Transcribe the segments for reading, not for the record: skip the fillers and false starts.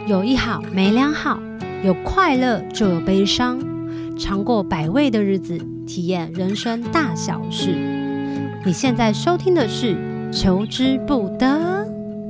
有一好没两好，有快乐就有悲伤，尝过百味的日子，体验人生大小事。你现在收听的是求之不得。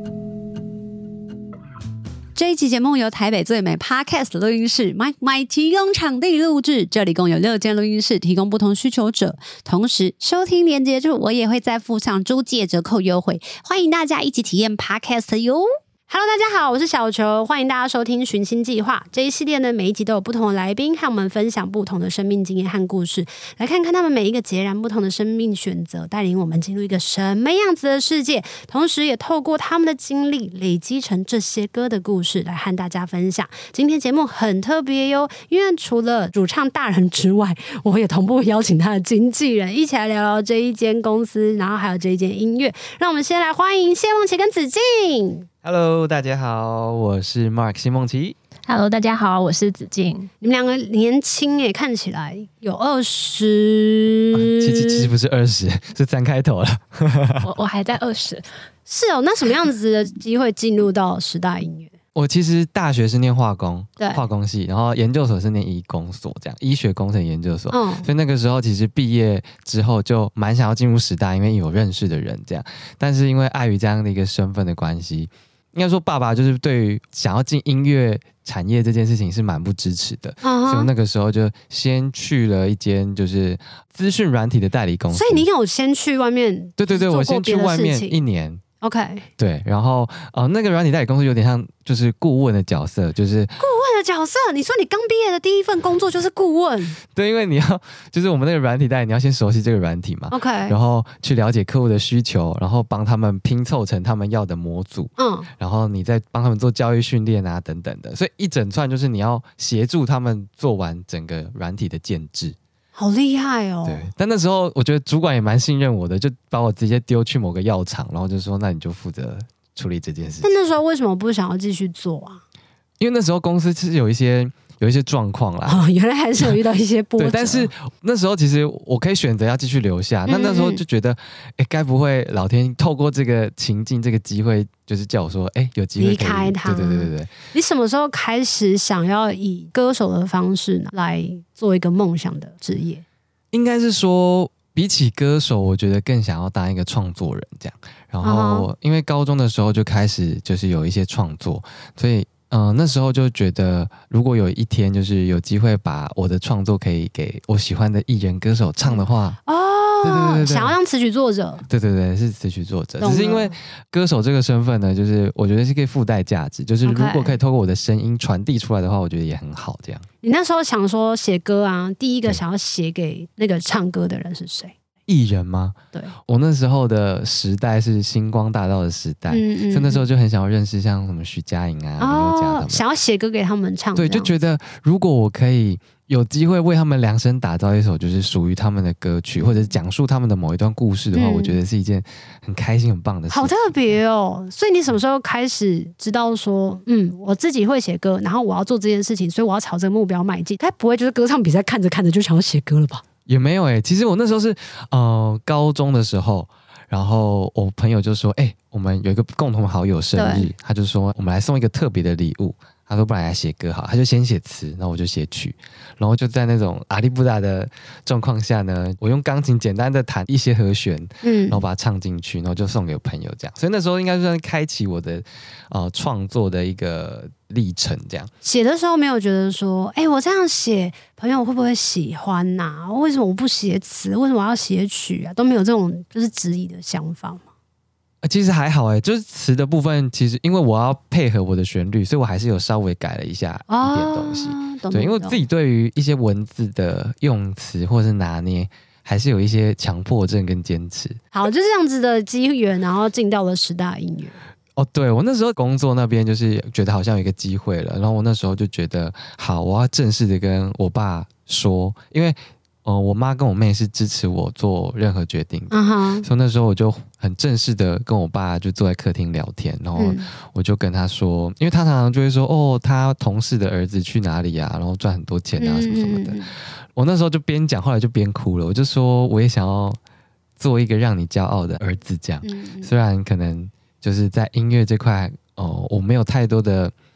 这一期节目由台北最美 Podcast 录音室 Mike 提供场地录制，这里共有6间录音室，提供不同需求者。同时，收听连结处我也会再附上租借折扣优惠，欢迎大家一起体验 Podcast 哟。Hello， 大家好，我是小球，欢迎大家收听寻星计划。这一系列呢，每一集都有不同的来宾和我们分享不同的生命经验和故事，来看看他们每一个截然不同的生命选择，带领我们进入一个什么样子的世界。同时，也透过他们的经历，累积成这些歌的故事，来和大家分享。今天节目很特别哟，因为除了主唱大人之外，我也同步邀请他的经纪人，一起来聊聊这一间公司，然后还有这一间音乐。让我们先来欢迎谢梦琪跟子敬。 Hello， 大家好，我是 Mark 谢梦琪。 Hello， 大家好，我是子敬。 你们两个年轻耶，看起来有20， 其实不是20，是3开头了。 我还在20。 是哦，那什么样子的机会进入到时代音乐？ 我其实大学是念化工， 对， 化工系，然后研究所是念医工所，这样医学工程研究所。所以那个时候其实毕业之后就蛮想要进入时代，因为有认识的人这样。但是因为碍于这样的一个身份的关系，应该说爸爸就是对于想要进音乐产业这件事情是蛮不支持的，所以那个时候就先去了一间就是资讯软体的代理公司。 所以你有先去外面？ 对，我先去外面1年。 OK， 对，然后那个软体代理公司有点像就是顾问的角色，就是顾问的角色。你说你刚毕业的第一份工作就是顾问？ 对，因为你要就是我们那个软体代理，你要先熟悉这个软体嘛 ，OK， 然后去了解客户的需求，然后帮他们拼凑成他们要的模组，然后你再帮他们做教育训练啊等等的，所以一整串就是你要协助他们做完整个软体的建制。 好厉害哦！ 对，但那时候我觉得主管也蛮信任我的，就把我直接丢去某个药厂，然后就说那你就负责处理这件事情。 但那时候为什么不想要继续做啊？ 因为那时候公司是有一些状况啦， 原来还是有遇到一些波折。 对，但是那时候其实我可以选择要继续留下，那时候就觉得，该不会老天透过这个情境、这个机会，就是叫我说，有机会离开他。 对。 你什么时候开始想要以歌手的方式来做一个梦想的职业？ 应该是说，比起歌手，我觉得更想要当一个创作人这样。然后，因为高中的时候就开始就是有一些创作，所以。那时候就觉得，如果有一天就是有机会把我的创作可以给我喜欢的艺人歌手唱的话，对， 想要当词曲作者， 对，是词曲作者。只是因为歌手这个身份呢，就是我觉得是可以附带价值，就是如果可以透过我的声音传递出来的话，我觉得也很好。这样， 你那时候想说写歌啊，第一个想要写给那个唱歌的人是谁？ 艺人吗？ 对， 我那时候的时代是星光大道的时代，所以那时候就很想要认识像什么徐佳莹啊、林宥嘉他们， 想要写歌给他们唱。 对，就觉得如果我可以有机会为他们量身打造一首就是属于他们的歌曲，或者是讲述他们的某一段故事的话，我觉得是一件很开心、很棒的事情。 好特别哦！所以你什么时候开始知道说，我自己会写歌，然后我要做这件事情，所以我要朝这个目标迈进？该不会就是歌唱比赛看着看着就想要写歌了吧？ 也没有其实我那时候是高中的时候，然后我朋友就说我们有一个共同好友生日，他就说我们来送一个特别的礼物，他说不然来写歌好，他就先写词，然后我就写曲，然后就在那种阿里不达的状况下呢，我用钢琴简单的弹一些和弦，然后把它唱进去，然后就送给我朋友这样，所以那时候应该算开启我的创作的一个历程这样。 写的时候没有觉得说我这样写朋友会不会喜欢啊？为什么我不写词？为什么我要写曲啊？都没有这种就是质疑的想法吗？ 其实还好就是词的部分，其实因为我要配合我的旋律，所以我还是有稍微改了一下一点东西。对，因为自己对于一些文字的用词或是拿捏，还是有一些强迫症跟坚持。好， 就这样子的机缘，然后进到了时代音乐。 对，我那时候工作那边就是觉得好像有一个机会了，然后我那时候就觉得好，我要正式的跟我爸说，因为我妈跟我妹是支持我做任何决定的，所以那时候我就很正式的跟我爸就坐在客厅聊天，然后我就跟他说，因为他常常就会说他同事的儿子去哪里啊，然后赚很多钱啊什么什么的，我那时候就边讲，后来就边哭了，我就说我也想要做一个让你骄傲的儿子这样，虽然可能就是在音乐这块我没有太多的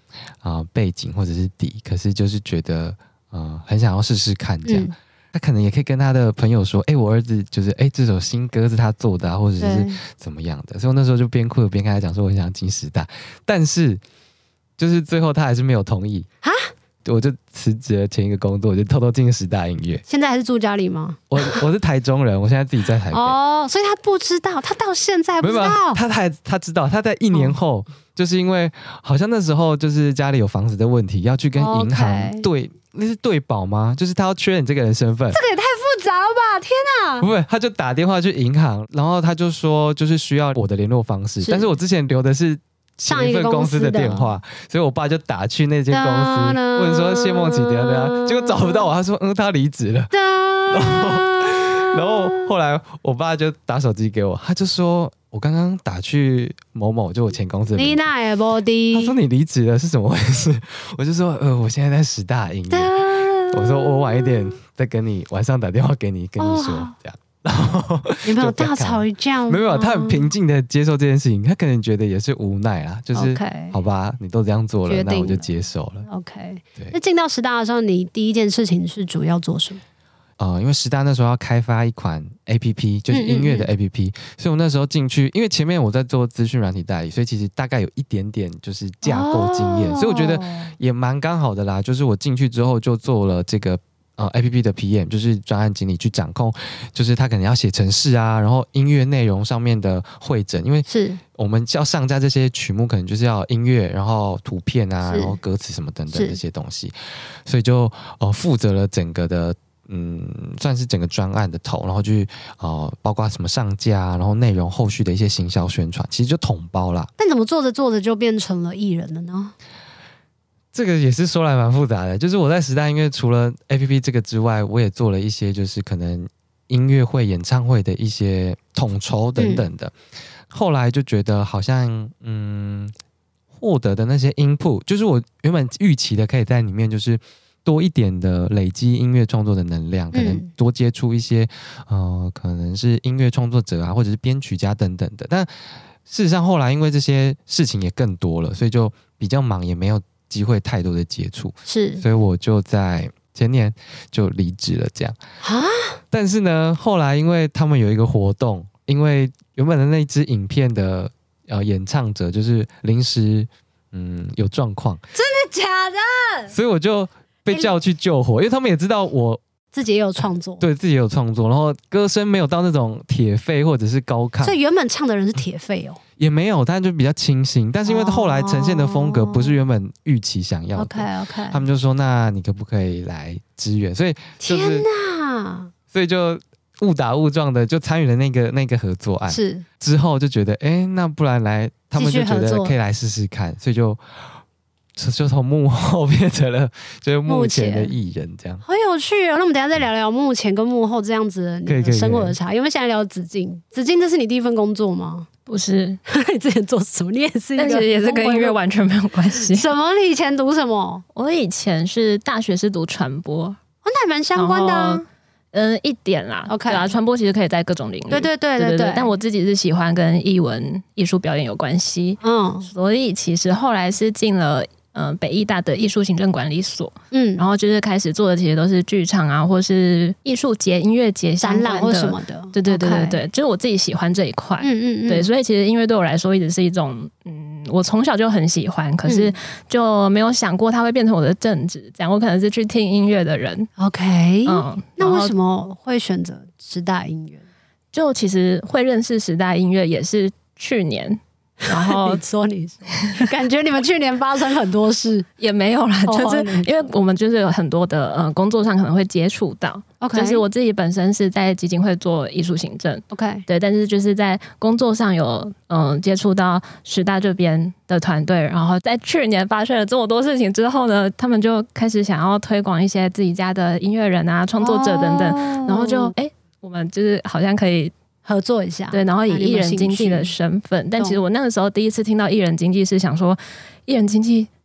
背景或者是底，可是就是觉得很想要试试看这样。他可能也可以跟他的朋友说，我儿子就是这首新歌是他做的或者是怎么样的，所以我那时候就边哭边跟他讲说我很想进师大，但是就是最后他还是没有同意啊，我就辞职了前一个工作，我就偷偷进师大音乐。 现在还是住家里吗？ 我是台中人，我现在自己在台北。 所以他不知道，他到现在不知道。 他知道，他在1年后，就是因为好像那时候就是家里有房子的问题，要去跟银行对，那是对保吗？就是他要确认这个人身份。 这个也太复杂了吧！天哪！ 不，他就打电话去银行，然后他就说就是需要我的联络方式，但是我之前留的是前一份公司的电话，所以我爸就打去那间公司问说谢梦琪怎样，结果找不到我，他说他离职了。然后后来我爸就打手机给我，他就说我刚刚打去某某，就我前公司的名字， 你哪也没的， 他说你离职了是怎么回事？我就说我现在在师大音乐，我说我晚一点再跟你晚上打电话跟你说这样。然后你们有大吵一架吗？ 没有，他很平静的接受这件事情，他可能觉得也是无奈啦，就是好吧，你都这样做了，那我就接受了。 OK， 那进到师大的时候，你第一件事情是主要做什么？ 因为师大那时候要开发一款 APP， 就是音乐的 APP，所以我那时候进去，因为前面我在做资讯软体代理，所以其实大概有一点点就是架构经验，所以我觉得也蛮刚好的啦。就是我进去之后就做了这个APP 的 PM， 就是专案经理去掌控，就是他可能要写程式啊，然后音乐内容上面的汇整，因为是我们要上架这些曲目，可能就是要音乐，然后图片啊，然后歌词什么等等这些东西，所以就负责了整个的。算是整个专案的头，然后去包括什么上架，然后内容后续的一些行销宣传，其实就统包啦。 但怎么做着做着就变成了艺人了呢？ 这个也是说来蛮复杂的，就是我在时代音乐除了 APP 这个之外，我也做了一些就是可能音乐会、演唱会的一些统筹等等的。后来就觉得好像获得的那些 input， 就是我原本预期的可以在里面就是。多一点的累积音乐创作的能量，可能多接触一些可能是音乐创作者啊，或者是编曲家等等的。但事实上后来因为这些事情也更多了，所以就比较忙，也没有机会太多的接触。是，所以我就在前年就离职了。这样啊？但是呢，后来因为他们有一个活动，因为原本的那支影片的演唱者就是临时有状况， 真的假的？ 所以我就。被叫去救火，因为他们也知道我自己也有创作， 对自己也有创作，然后歌声没有到那种铁肺或者是高亢， 所以原本唱的人是铁肺哦， 也没有，但就比较清新，但是因为后来呈现的风格不是原本预期想要的 ，OK， 他们就说那你可不可以来支援？所以就是天哪， 所以就误打误撞的就参与了那个合作案，是之后就觉得那不然来，他们就觉得可以来试试看，所以就从幕后变成了就是目前的艺人，这样好有趣哦。那我们等一下再聊聊幕前跟幕后这样子的你的生活的差。因为现在聊子敬，子敬这是你第一份工作吗？ 不是， 你之前做什么？你也是一个， 但其实也是跟音乐完全没有关系。 什么？你以前读什么？ 我以前是大学是读传播， 那还蛮相关的啊。 一点啦 ，OK 啦，传播其实可以在各种领域， 对， 但我自己是喜欢跟艺文、艺术表演有关系，所以其实后来是进了北艺大的艺术行政管理所，然后就是开始做的其实都是剧场啊，或是艺术节、音乐节、 展览或什么的， 对，就是我自己喜欢这一块，对，所以其实音乐对我来说一直是一种，我从小就很喜欢，可是就没有想过它会变成我的正职，这样我可能是去听音乐的人 ，OK，那为什么会选择时代音乐？ 就其实会认识时代音乐也是去年。然后你说，感觉你们去年发生很多事， 也没有啦，就是因为我们就是有很多的工作上可能会接触到，就是我自己本身是在基金会做艺术行政 ，OK， 对，但是就是在工作上有接触到时大这边的团队，然后在去年发生了这么多事情之后呢，他们就开始想要推广一些自己家的音乐人啊、创作者等等，然后就我们就是好像可以。 合作一下， 对，然后以艺人经纪的身份，但其实我那个时候第一次听到艺人经纪是想说，艺人经纪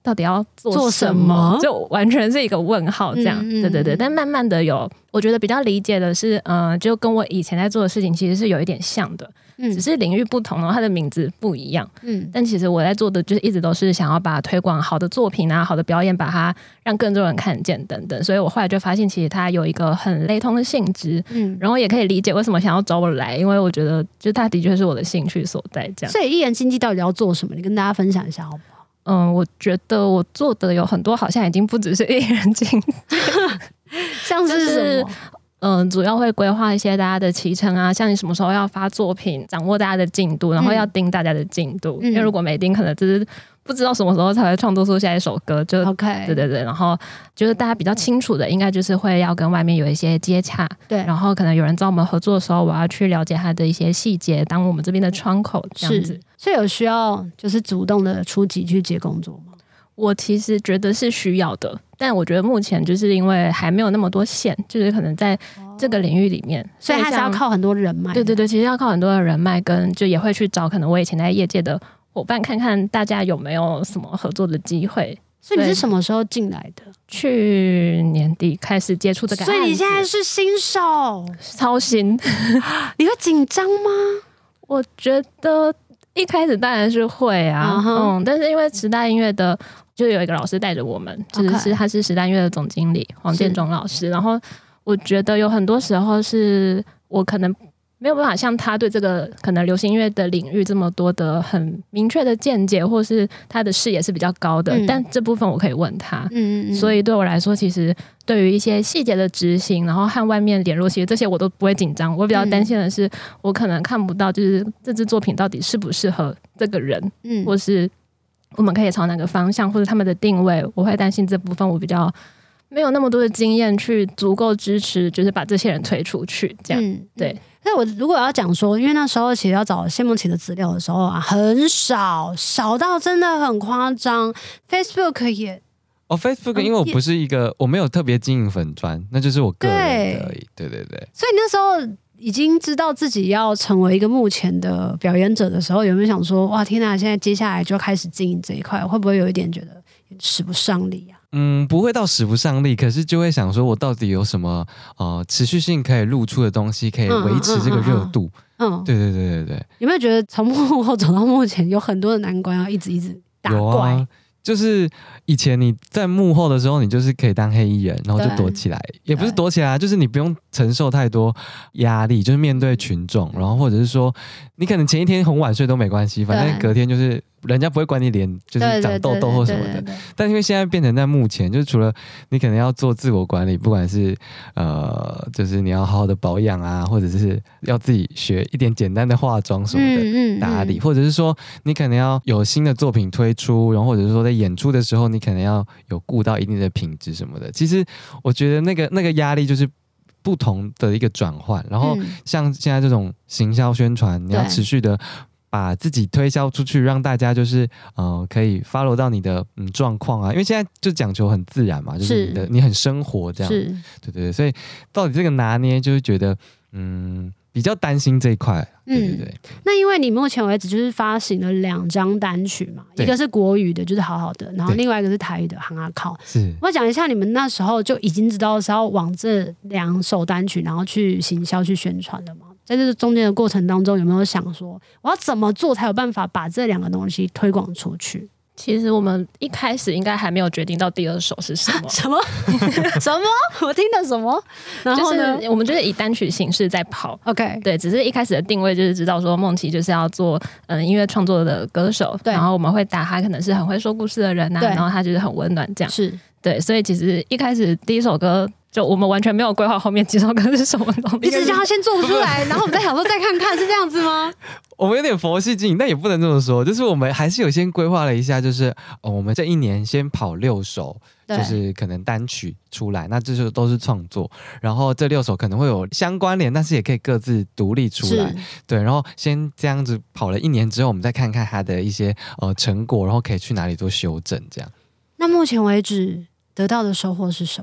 到底要做什么，就完全是一个问号这样。对，但慢慢的我觉得比较理解的是，就跟我以前在做的事情其实是有一点像的。只是领域不同，然后它的名字不一样。但其实我在做的就是一直都是想要把推广好的作品啊、好的表演，把它让更多人看见等等。所以我后来就发现，其实它有一个很雷同的性质。然后也可以理解为什么想要找我来，因为我觉得就它的确是我的兴趣所在。这样。 所以艺人经纪到底要做什么？你跟大家分享一下好不好？ 我觉得我做的有很多，好像已经不只是艺人经纪， 像是什么？ 主要会规划一些大家的期程啊，像你什么时候要发作品，掌握大家的进度，然后要盯大家的进度。因为如果没盯，可能就是不知道什么时候才会创作出下一首歌。就 OK， 对，然后就是大家比较清楚的，应该就是会要跟外面有一些接洽。对，然后可能有人找我们合作的时候，我要去了解他的一些细节，当我们这边的窗口这样子。 所以有需要就是主动的出击去接工作吗？ 我其实觉得是需要的，但我觉得目前就是因为还没有那么多线，就是可能在这个领域里面， 所以还是要靠很多人脉。 对，其实要靠很多的人脉，跟就也会去找可能我以前在业界的伙伴，看看大家有没有什么合作的机会。 所以你是什么时候进来的？ 去年底开始接触这个案子。 所以你现在是新手， 超新。 你会紧张吗？ 我觉得一开始当然是会啊，但是因为时代音乐的就有一个老师带着我们，就是他是时代音乐的总经理黄建中老师，然后我觉得有很多时候是我可能没有办法像他对这个可能流行音乐的领域这么多的很明确的见解，或是他的视野是比较高的，但这部分我可以问他。所以对我来说，其实对于一些细节的执行，然后和外面联络，其实这些我都不会紧张。我比较担心的是，我可能看不到就是这支作品到底适不适合这个人，或是我们可以朝哪个方向，或者他们的定位，我会担心这部分我比较没有那么多的经验去足够支持，就是把这些人推出去这样。对。 那我如果要讲说，因为那时候其实要找谢梦琪的资料的时候啊，很少到真的很夸张。Facebook 也 Facebook 因为我不是一个，我没有特别经营粉专，那就是我个人的而已。对。 所以你那时候已经知道自己要成为一个幕前的表演者的时候，有没有想说，哇，天哪，现在接下来就要开始经营这一块，会不会有一点觉得使不上力啊？ 不会到使不上力，可是就会想说，我到底有什么持续性可以露出的东西，可以维持这个热度。对。 有没有觉得从幕后走到幕前，有很多的难关要一直打怪？ 有啊，就是以前你在幕后的时候，你就是可以当黑衣人，然后就躲起来，也不是躲起来，就是你不用承受太多压力，就是面对群众，然后或者是说，你可能前一天很晚睡都没关系，反正隔天就是人家不会管你脸就是长痘痘或什么的。但因为现在变成在幕前，就是除了你可能要做自我管理，不管是就是你要好好的保养啊，或者是要自己学一点简单的化妆什么的打理，或者是说你可能要有新的作品推出，然后或者是说在演出的时候，你可能要有顾到一定的品质什么的。其实我觉得那个压力就是不同的一个转换，然后像现在这种行销宣传，你要持续的把自己推销出去，让大家就是可以 follow 到你的状况啊，因为现在就讲求很自然嘛，就是你很生活这样，对，所以到底这个拿捏，就是觉得比较担心这一块。对。 那因为你目前为止就是发行了2张单曲嘛，一个是国语的，就是好好的，然后另外一个是台语的行啊靠。我讲一下，你们那时候就已经知道是要往这2首单曲，然后去行销、去宣传的吗？在这中间的过程当中，有没有想说我要怎么做才有办法把这2个东西推广出去？ 其实我们一开始应该还没有决定到第2首是什么。 什么？我听的什么？然后呢？ 就是我们就是以单曲形式在跑。 OK， 对，只是一开始的定位就是知道说梦琪就是要做音乐创作的歌手，然后我们会打他可能是很会说故事的人啊，然后他就是很温暖这样。 是对，所以其实一开始第1首歌。就我们完全没有规划后面几首歌是什么东西， 你只叫他先做出来，然后我们再想说再看看，是这样子吗？ 我们有点佛系经营，但也不能这么说，就是我们还是有先规划了一下，就是我们这1年先跑6首，就是可能单曲出来，那这就都是创作，然后这6首可能会有相关联，但是也可以各自独立出来，对，然后先这样子跑了1年之后，我们再看看它的一些成果，然后可以去哪里做修正，这样。 那目前为止得到的收获是什么？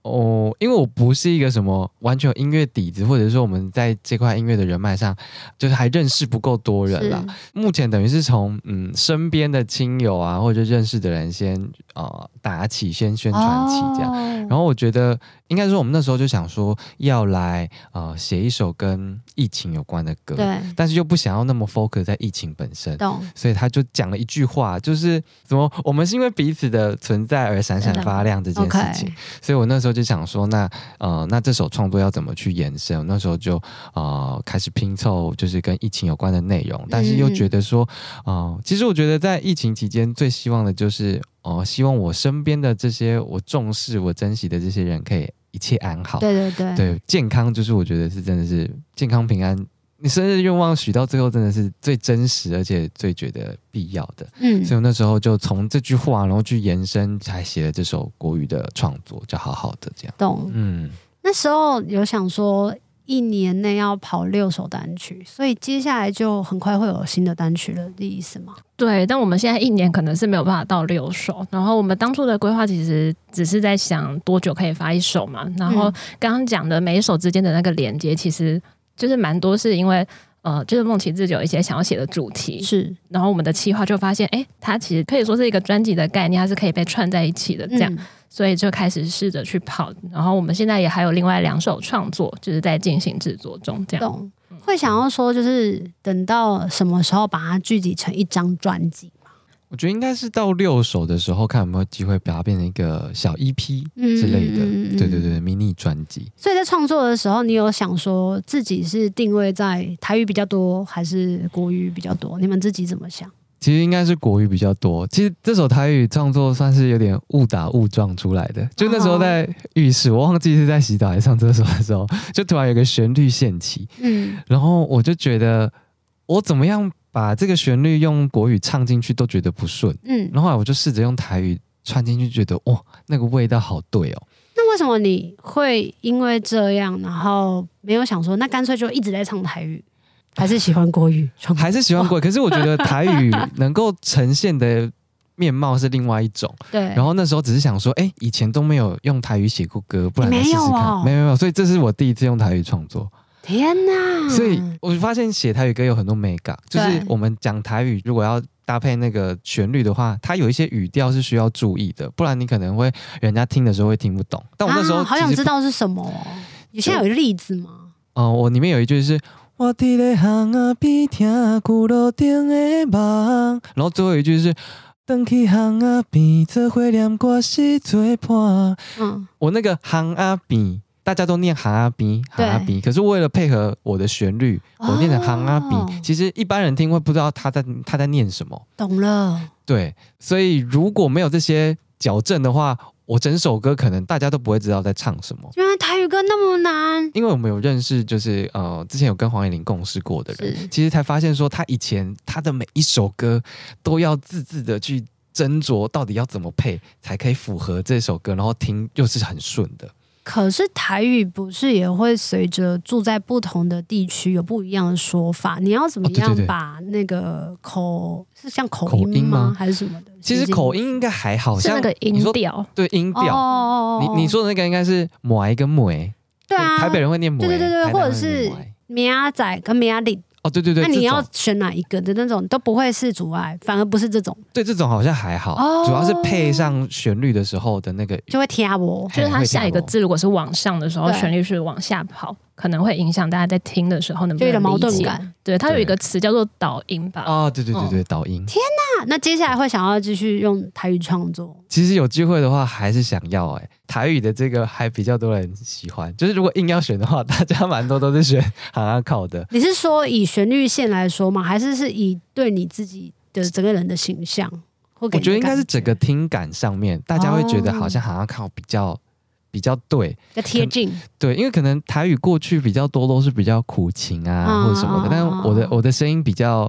因为我不是一个什么完全有音乐底子，或者说我们在这块音乐的人脉上，就是还认识不够多人啦。目前等于是从身边的亲友啊，或者认识的人先打起，先宣传起这样。然后我觉得应该说我们那时候就想说要来写一首跟疫情有关的歌，对，但是又不想要那么 focus 在疫情本身，所以他就讲了一句话，就是什么我们是因为彼此的存在而闪闪发亮这件事情。所以我那时候就想说，那这首创作要怎么去延伸？我那时候就开始拼凑，就是跟疫情有关的内容，但是又觉得说，其实我觉得在疫情期间最希望的就是希望我身边的这些我重视、我珍惜的这些人可以一切安好。对，健康就是我觉得是真的是健康平安。你生日愿望许到最后真的是最真实而且最觉得必要的，所以我那时候就从这句话然后去延伸，才写了这首国语的创作叫好好的这样。 懂。那时候有想说1年内要跑6首单曲，所以接下来就很快会有新的单曲了的意思吗？ 对，但我们现在1年可能是没有办法到6首，然后我们当初的规划其实只是在想多久可以发1首嘛，然后刚刚讲的每一首之间的那个连接其实就是蛮多，是因为就是梦琪自己有一些想要写的主题，是，然后我们的企划就发现，它其实可以说是一个专辑的概念，它是可以被串在一起的，这样，所以就开始试着去跑。然后我们现在也还有另外2首创作，就是在进行制作中，这样。 会想要说，就是等到什么时候把它聚集成一张专辑？ 我觉得应该是到6首的时候，看有没有机会把它变成一个小 EP 之类的，对，迷你专辑。 所以在创作的时候，你有想说自己是定位在台语比较多，还是国语比较多？你们自己怎么想？ 其实应该是国语比较多。其实这首台语创作算是有点误打误撞出来的，就那时候在浴室，我忘记是在洗澡还是上厕所的时候，就突然有个旋律现起，然后我就觉得我怎么样把这个旋律用国语唱进去都觉得不顺，然后后来我就试着用台语串进去，觉得哇，那个味道好对哦。 那为什么你会因为这样，然后没有想说，那干脆就一直在唱台语？还是喜欢国语？ 还是喜欢国语？可是我觉得台语能够呈现的面貌是另外一种。对。然后那时候只是想说，以前都没有用台语写过歌，不然来试试看。没有，所以这是我第一次用台语创作。 天哪！ 所以我发现写台语歌有很多美感，就是我们讲台语如果要搭配那个旋律的话，它有一些语调是需要注意的，不然你可能会人家听的时候会听不懂。但我那时候好想知道是什么哦。你现在有例子吗？ 我里面有一句是我伫咧巷仔边听古路顶的梦，然后最后一句是回去巷仔边做伙念歌诗做伴。我那个巷仔边大家都念巷仔边，可是为了配合我的旋律，我念成巷仔边，其实一般人听会不知道他在念什么。 懂了。对， 所以如果没有这些矫正的话，我整首歌可能大家都不会知道在唱什么。 原来台语歌那么难。 因为我们有认识，就是之前有跟黄妍玲共事过的人，其实才发现说他以前他的每一首歌都要字的去斟酌，到底要怎么配才可以符合这首歌，然后听又是很顺的。 可是台语不是也会随着住在不同的地区有不一样的说法？你要怎么样把那个是像口音吗？还是什么的？ 其实口音应该还好， 是那个音调。 对，音调。你说的那个应该是摩跟摩。对啊，台北人会念摩。 对，或者是咩仔跟咩哩。 对， 那你要选哪一个的那种都不会是阻碍，反而不是这种。 对，这种好像还好，主要是配上旋律的时候的那个就会听我， 就是它下一个字如果是往上的时候，旋律是往下跑，可能会影响大家在听的时候能不能理解，就有点矛盾感。对，它有一个词叫做导音吧？ 对，导音。 天哪！那接下来会想要继续用台语创作？ 其实有机会的话，还是想要台语的这个还比较多人喜欢。就是如果硬要选的话，大家蛮多都是选行阿考的。 你是说以旋律线来说吗？还是以对你自己的整个人的形象？我觉得应该是整个听感上面，大家会觉得好像行阿考比较对， 比较贴近。 对，因为可能台语过去比较多都是比较苦情啊或者什么的，但我的声音比较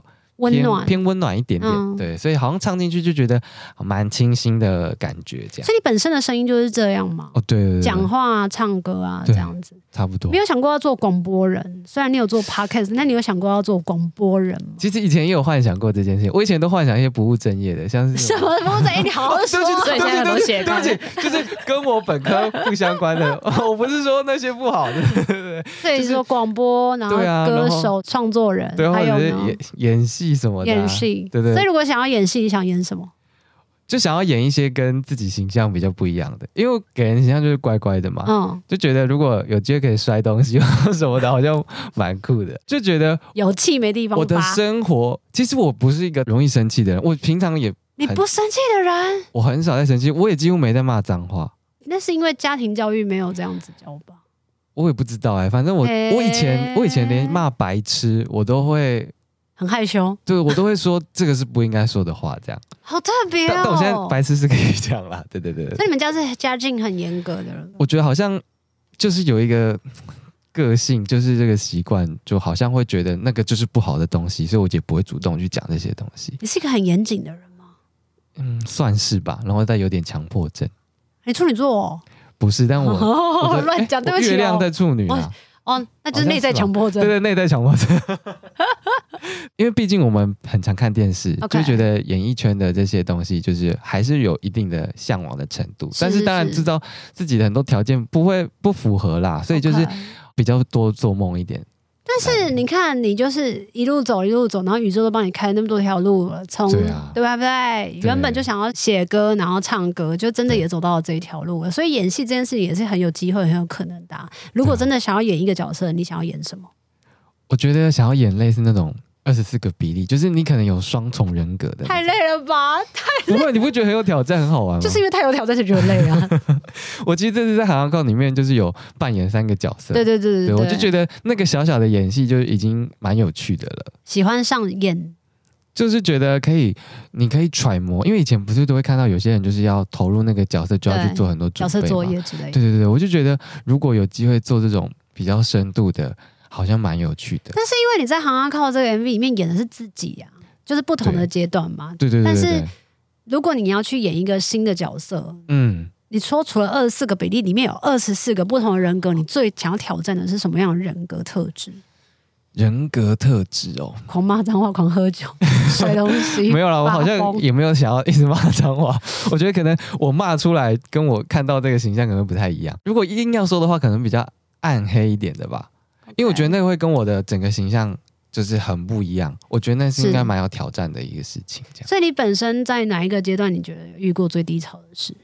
偏温暖一点点，对，所以好像唱进去就觉得蛮清新的感觉，这样。 所以你本身的声音就是这样吗？ 哦，对， 讲话啊、唱歌啊这样子， 差不多。 没有想过要做广播人，虽然你有做 podcast， 那你有想过要做广播人吗？ 其实以前也有幻想过这件事情，我以前都幻想一些不务正业的，像是什么不务正业？你好好说。 对不起， 就是跟我本科不相关的。我不是说那些不好的，对。 所以说广播，然后歌手、创作人， 对， 还有演戏什么的， 演戏， 对。 所以如果想要演戏，你想演什么？ 就想要演一些跟自己形象比较不一样的，因为给人形象就是乖乖的嘛，就觉得如果有机会可以摔东西什么的，好像蛮酷的，就觉得有气没地方发。 我的生活其实我不是一个容易生气的人，我平常也你不生气的人， 我很少在生气，我也几乎没在骂脏话。 那是因为家庭教育没有这样子教吧？ 我也不知道反正我以前连骂白痴我都会很害羞， 对，我都会说这个是不应该说的话，这样。 好特别哦！ 但我现在白痴是可以讲啦，对。 所以你们家是家境很严格的人？ 我觉得好像就是有一个个性，就是这个习惯，就好像会觉得那个就是不好的东西，所以我也不会主动去讲这些东西。 你是一个很严谨的人吗？ 算是吧，然后再有点强迫症。 你处女座哦？ 不是，但我乱讲，对不起。 月亮在处女啊。 那就是内在强迫症。 对，内在强迫症。因为毕竟我们很常看电视，就觉得演艺圈的这些东西，就是还是有一定的向往的程度。但是当然知道自己的很多条件不符合啦，所以就是比较多做梦一点。 但是你看，你就是一路走，然后宇宙都帮你开那么多条路了，从对不对？原本就想要写歌，然后唱歌，就真的也走到了这一条路了。所以演戏这件事也是很有机会、很有可能的。如果真的想要演一个角色，你想要演什么？ 我觉得想要演类似那种24个比例，就是你可能有双重人格的。 太累了吧？ 不会，你不觉得很有挑战，很好玩吗？ 就是因为太有挑战就觉得累啊。 我其实这次在《海洋告》里面就是有扮演3个角色， 对， 我就觉得那个小小的演戏就已经蛮有趣的了。 喜欢上演， 就是觉得你可以揣摩，因为以前不是都会看到有些人就是要投入那个角色，就要去做很多准备角色作业之类的。 对，我就觉得如果有机会做这种比较深度的，好像蛮有趣的。 但是因为你在《行行靠》这个 MV 里面演的是自己啊，就是不同的阶段嘛。 对。 但是如果你要去演一个新的角色，你说除了24个比例里面有24个不同的人格，你最想要挑战的是什么样的人格特质？ 人格特质哦， 狂骂脏话、狂喝酒、摔东西。 没有啦，我好像也没有想要一直骂脏话。我觉得可能我骂出来跟我看到这个形象可能不太一样。如果硬要说的话，可能比较暗黑一点的吧。因为我觉得那个会跟我的整个形象就是很不一样，我觉得那是应该蛮有挑战的一个事情。这样， 所以你本身在哪一个阶段你觉得有遇过最低潮的事？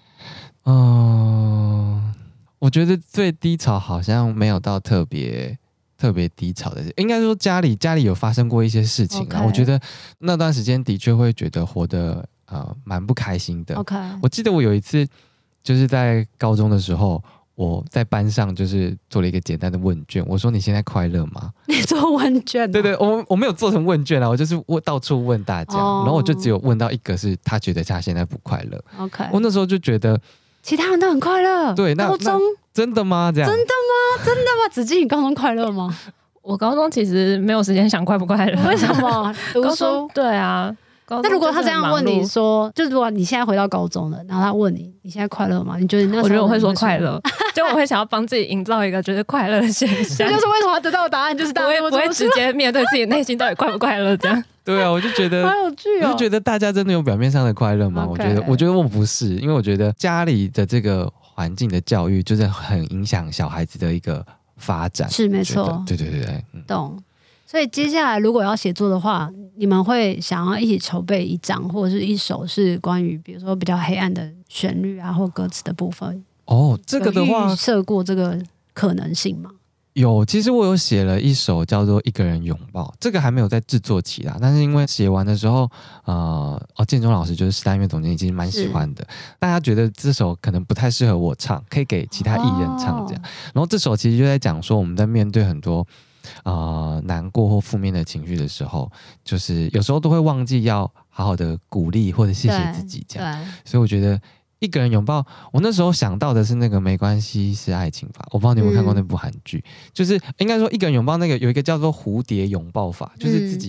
我觉得最低潮好像没有到特别低潮的事，应该说家里有发生过一些事情啊。我觉得那段时间的确会觉得活得蛮不开心的。我记得我有一次就是在高中的时候，我在班上就是做了一个简单的问卷，我说你现在快乐吗？ 你做问卷？ 对，我没有做成问卷啊，我就是到处问大家，然后我就只有问到一个是他觉得他现在不快乐。我那时候就觉得其他人都很快乐。 对， 高中真的吗？这样真的吗？子靖，你高中快乐吗？ 我高中其实没有时间想快不快乐。 为什么？读书？ 对啊。 那如果他这样问你说，就如果你现在回到高中了，然后他问你现在快乐吗？你觉得那时候？ 我觉得我会说快乐，就我会想要帮自己营造一个觉得快乐的现象。 这就是为什么他得到的答案就是大家不会直接面对自己内心到底快不快乐这样。 对啊，我就觉得好有趣哦。 我就觉得大家真的有表面上的快乐吗？我觉得我不是，因为我觉得家里的这个环境的教育就是很影响小孩子的一个发展。 是没错， 对， 懂。所以接下来如果要写作的话，你们会想要一起筹备一张或者是一首是关于比如说比较黑暗的旋律啊或歌词的部分？ 这个的话， 预设过这个可能性吗？ 有，其实我有写了一首叫做《一个人拥抱》，这个还没有在制作期啦。但是因为写完的时候，建中老师就是时代音乐总监，已经蛮喜欢的。大家觉得这首可能不太适合我唱，可以给其他艺人唱这样。然后这首其实就在讲说，我们在面对很多难过或负面的情绪的时候，就是有时候都会忘记要好好的鼓励或者谢谢自己这样。所以我觉得一个人拥抱，我那时候想到的是那个没关系是爱情法，我不知道你有没有看过那部韩剧，就是应该说一个人拥抱那个有一个叫做蝴蝶拥抱法，就是自己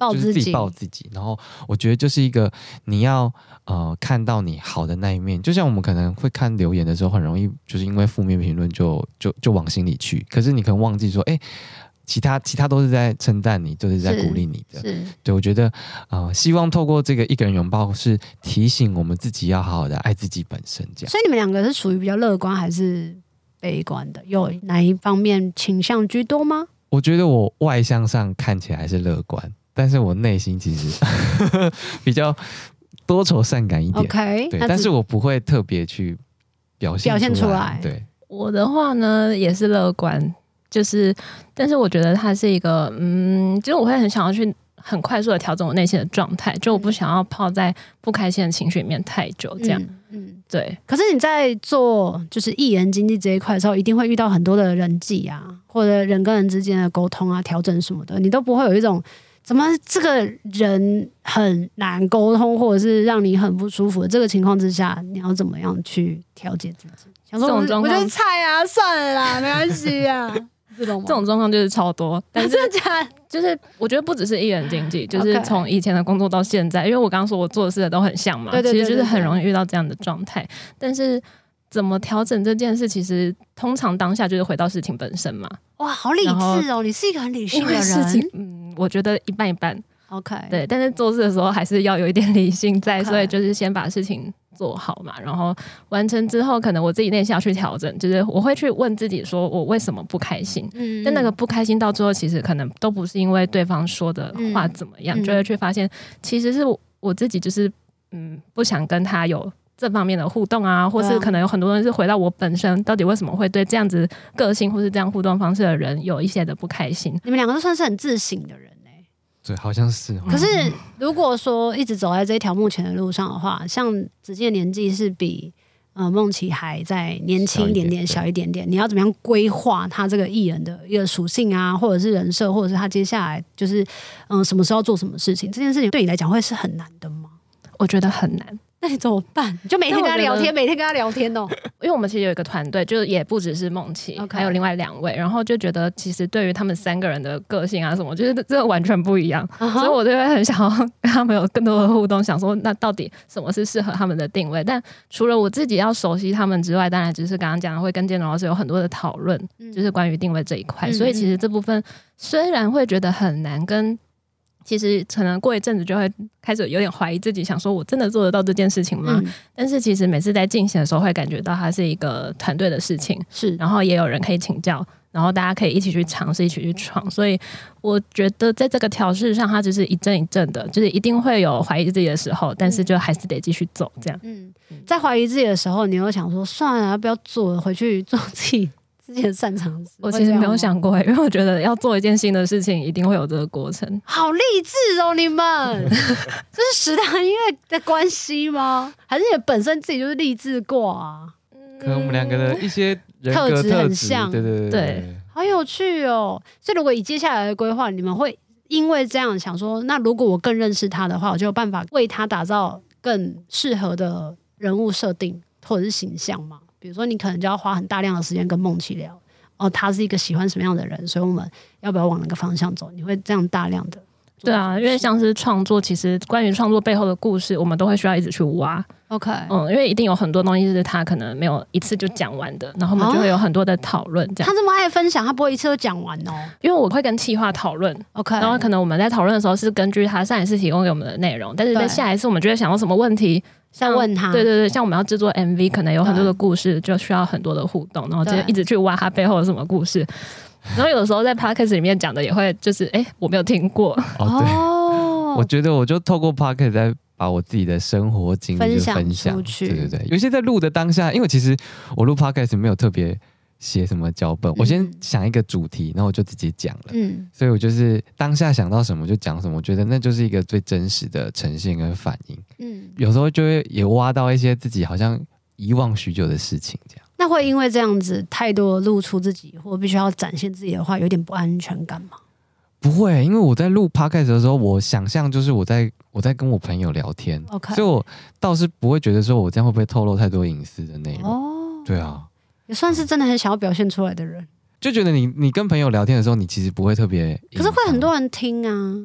就是自己抱自己。然后我觉得就是一个你要看到你好的那一面，就像我们可能会看留言的时候，很容易就是因为负面评论就往心里去，可是你可能忘记说，其他都是在称赞你，就是在鼓励你的。对，我觉得希望透过这个一个人拥抱，是提醒我们自己要好好的爱自己本身。这样。 所以你们两个是属于比较乐观还是悲观的？有哪一方面倾向居多吗？ 我觉得我外向上看起来是乐观，但是我内心其实比较多愁善感一点。 OK， 对，但是我不会特别去表现出来。对， 我的话呢也是乐观。就是，但是我觉得它是一个，就是我会很想要去很快速的调整我内心的状态，就我不想要泡在不开心的情绪里面太久，这样，对。 可是你在做就是艺人经济这一块的时候，一定会遇到很多的人际啊，或者人跟人之间的沟通啊、调整什么的，你都不会有一种怎么这个人很难沟通，或者是让你很不舒服的这个情况之下，你要怎么样去调节自己？想说我就是菜啊，算了啦，没关系啊。这种状况就是超多，但是就是我觉得不只是艺人经济，就是从以前的工作到现在，因为我刚刚说我做的事都很像嘛，其实就是很容易遇到这样的状态。但是怎么调整这件事，其实通常当下就是回到事情本身嘛。 哇，好理智哦！你是一个很理性的人。 我觉得一半一半。 OK， 对，但是做事的时候还是要有一点理性在，所以就是先把事情做好嘛，然后完成之后，可能我自己内心要去调整，就是我会去问自己说我为什么不开心，但那个不开心到最后其实可能都不是因为对方说的话怎么样，就会去发现其实是我自己就是不想跟他有这方面的互动啊，或是可能有很多人是回到我本身到底为什么会对这样子个性或是这样互动方式的人有一些的不开心。 你们两个都算是很自省的人。 对，好像是。 可是如果说一直走在这一条目前的路上的话，像子靖的年纪是比梦琪还在年轻一点点、小一点点，你要怎么样规划他这个艺人的一个属性啊，或者是人设，或者是他接下来就是什么时候做什么事情，这件事情对你来讲会是很难的吗？ 我觉得很难。 那你怎么办？你就每天跟他聊天，每天跟他聊天哦。 因为我们其实有一个团队，就是也不只是梦琪，还有另外2位，然后就觉得其实对于他们3个人的个性啊什么，就是这完全不一样，所以我就会很想要跟他们有更多的互动，想说那到底什么是适合他们的定位？但除了我自己要熟悉他们之外，当然只是刚刚讲的会跟建龙老师有很多的讨论，就是关于定位这一块，所以其实这部分虽然会觉得很难跟。其实可能过一阵子就会开始有点怀疑自己，想说我真的做得到这件事情吗？但是其实每次在进行的时候会感觉到它是一个团队的事情，是，然后也有人可以请教，然后大家可以一起去尝试，一起去闯，所以我觉得在这个调试上它只是一阵一阵的，就是一定会有怀疑自己的时候，但是就还是得继续走这样。 在怀疑自己的时候，你有想说算了，要不要做了，回去做自己擅长的事。 我其实没有想过，因为我觉得要做一件新的事情一定会有这个过程。 好励志哦，你们这是食堂音乐的关系吗？还是你本身自己就是励志过啊？ 可能我们2个的一些人格特质很像， 对， 好有趣哦。所以如果以接下来的规划，你们会因为这样想说，那如果我更认识他的话，我就有办法为他打造更适合的人物设定或者是形象吗？比如说你可能就要花很大量的时间跟梦琪聊，他是一个喜欢什么样的人，所以我们要不要往哪个方向走？你会这样大量的？ 对啊，因为像是创作，其实关于创作背后的故事，我们都会需要一直去挖。 OK， 因为一定有很多东西是他可能没有一次就讲完的，然后我们就会有很多的讨论。这样， 他这么爱分享，他不会一次都讲完哦。 因为我会跟企划讨论 ，OK， 然后可能我们在讨论的时候是根据他上一次提供给我们的内容，但是在下一次我们就会想到什么问题， 像问他， 对，像我们要制作 MV， 可能有很多的故事，就需要很多的互动，然后就一直去挖他背后有什么故事。然后有的时候在 podcast 里面讲的也会就是我没有听过对，我觉得我就透过 podcast 在把我自己的生活经历分享出去， 对，有些在录的当下，因为其实我录 podcast 没有特别写什么脚本，我先想一个主题，然后我就直接讲了，所以我就是当下想到什么就讲什么，我觉得那就是一个最真实的呈现跟反应，有时候就会也挖到一些自己好像遗忘许久的事情，这样。 那会因为这样子太多露出自己或必须要展现自己的话，有点不安全感吗？ 不会，因为我在录 podcast 的时候，我想象就是我在跟我朋友聊天， okay， 所以我倒是不会觉得说我这样会不会透露太多隐私的内容。对啊， 也算是真的很想要表现出来的人。 就觉得你跟朋友聊天的时候，你其实不会特别， 可是会很多人听啊。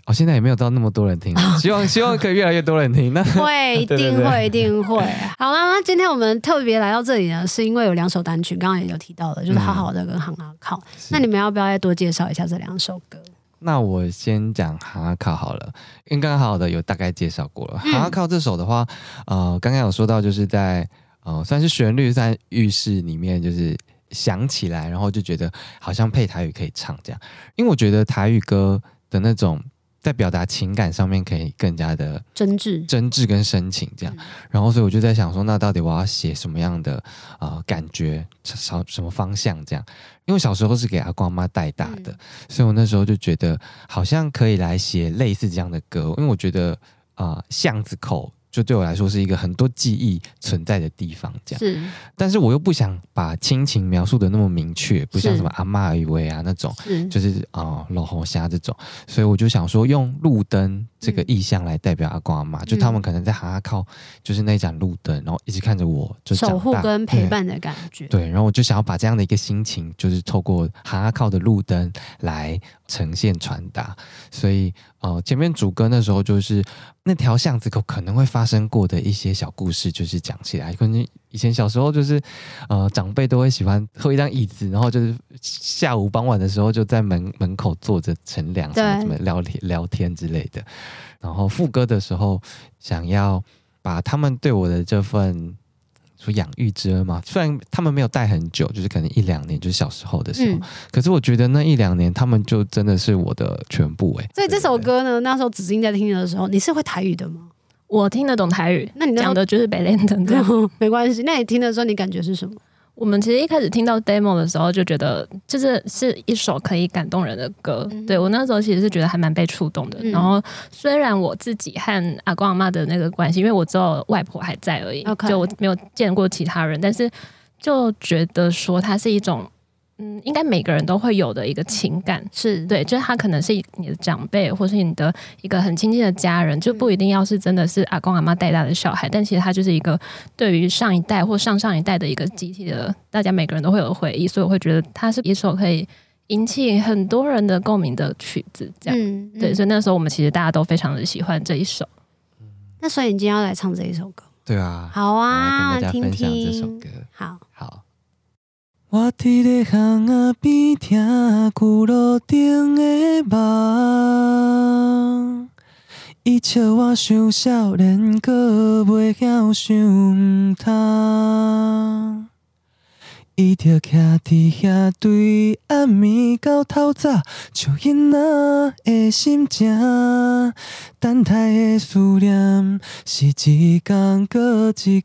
现在也没有到那么多人听，希望可以越来越多人听。那会，一定会，一定会。好啦，那今天我们特别来到这里呢，是因为有2首单曲，刚刚也有提到的，就是好好的跟行行靠。那你们要不要再多介绍一下这2首歌？ 那我先讲行行靠好了，因为刚刚好好的有大概介绍过了。行行靠这首的话，刚刚有说到就是在算是旋律在浴室里面就是想起来，然后就觉得好像配台语可以唱这样，因为我觉得台语歌的那种在表达情感上面可以更加的真挚跟深情这样，然后所以我就在想说，那到底我要写什么样的感觉，什么方向这样？因为小时候是给阿公阿妈带大的，所以我那时候就觉得好像可以来写类似这样的歌，因为我觉得巷子口就对我来说是一个很多记忆存在的地方，这样。是，但是我又不想把亲情描述的那么明确，不像什么阿嬷以为啊那种，就是老红虾这种，所以我就想说用路灯这个意象来代表阿公阿嬷，就他们可能在行行靠，就是那盏路灯，然后一直看着我，就守护跟陪伴的感觉。 对，然后我就想要把这样的一个心情，就是透过行行靠的路灯来呈现传达，所以前面主歌那时候就是那条巷子口可能会发生过的一些小故事，就是讲起来，可能以前小时候就是长辈都会喜欢喝一张椅子，然后就是下午傍晚的时候就在门口坐着乘凉什么聊天之类的，然后副歌的时候想要把他们对我的这份说养育之恩嘛，虽然他们没有带很久，就是可能1-2年，就是小时候的时候，可是我觉得那1-2年他们就真的是我的全部所以这首歌呢，那时候子菁在听的时候，你是会台语的吗？ 我听得懂台语，那你讲的就是北联的， 没关系。那你听的时候，你感觉是什么？ 我们其实一开始听到 demo 的时候，就觉得就是一首可以感动人的歌。对，我那时候其实是觉得还蛮被触动的。然后虽然我自己和阿公阿嬷的那个关系，因为我只有外婆还在而已，就我没有见过其他人，但是就觉得说它是一种应该每个人都会有的一个情感，是对，就是他可能是你的长辈，或是你的一个很亲近的家人，就不一定要是真的是阿公阿嬷带大的小孩，但其实他就是一个对于上一代或上上一代的一个集体的，大家每个人都会有回忆，所以我会觉得它是一首可以引起很多人的共鸣的曲子，这样，对，所以那时候我们其实大家都非常的喜欢这一首。 那所以你今天要来唱这一首歌？ 对啊， 好啊， 跟大家分享这首歌。 好。 我伫咧巷仔边听旧路顶的梦，伊笑我伤少年，搁袂晓想毋通。伊就徛伫遐对暗暝到透早，像囡仔的心情，等待的思念是一天搁一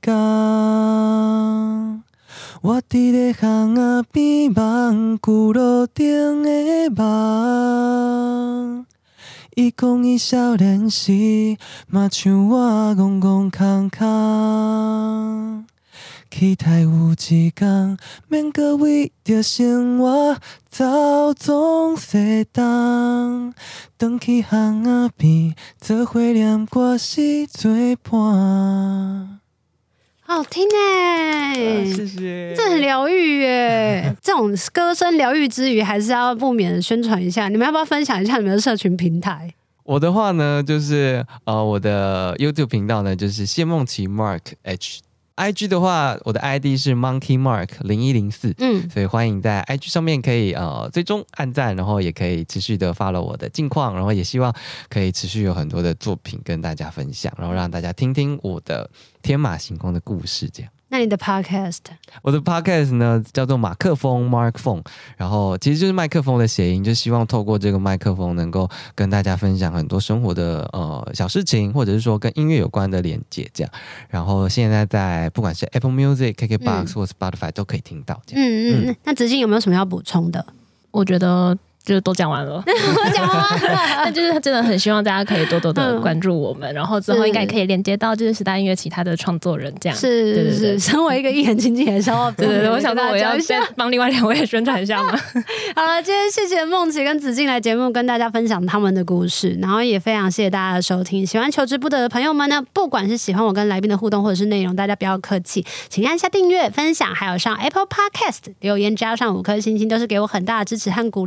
天。我伫咧巷仔边望旧路顶的梦，伊讲伊少年时嘛像我戆戆空空，期待有一天免搁为着生活走总西东，转去巷仔边做伙念歌词作伴。 好听谢谢， 这很疗愈耶。这种歌声疗愈之余，还是要不免的宣传一下。你们要不要分享一下你们的社群平台？ 我的话呢，就是我的 YouTube 频道呢，就是谢梦琪 Mark H。IG 的话，我的 ID 是 Monkey Mark 0104，所以欢迎在 IG 上面可以追踪按赞，然后也可以持续的 follow 我的近况，然后也希望可以持续有很多的作品跟大家分享，然后让大家听听我的天马行空的故事这样。 那你的 podcast？ 我的 podcast 呢叫做马克风 Mark Phone， 然后其实就是麦克风的谐音，就希望透过这个麦克风能够跟大家分享很多生活的小事情，或者是说跟音乐有关的连结这样。然后现在在不管是 Apple Music、KKBox 或 Spotify 都可以听到这样。 那子菁有没有什么要补充的？ 我觉得就是都讲完了， 我讲完了， 但就是真的很希望大家可以多多的关注我们，然后之后应该可以连接到就是时代音乐其他的创作人，这样是。身为一个艺人经纪人，稍后对，我想说我要再帮另外2位宣传一下嘛。 好了，今天谢谢梦琪跟子菁来节目跟大家分享他们的故事，然后也非常谢谢大家的收听。喜欢求之不得的朋友们呢，不管是喜欢我跟来宾的互动或者是内容，大家不要客气，请按下订阅、分享，还有上 Apple Podcast 留言加上5颗星星，都是给我很大的支持和鼓励哦。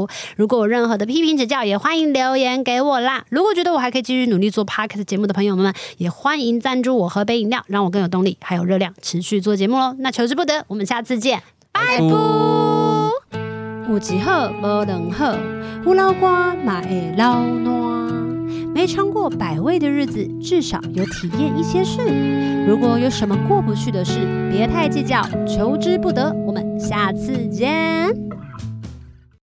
如果有任何的批评指教，也欢迎留言给我啦。如果觉得我还可以继续努力做 Podcast 节目的朋友们，也欢迎赞助我喝杯饮料，让我更有动力还有热量持续做节目咯。那求之不得，我们下次见，拜拜。有一好无两好，有老瓜嘛会老烂。没尝过百味的日子，至少有体验一些事。如果有什么过不去的事，别太计较，求之不得。我们下次见。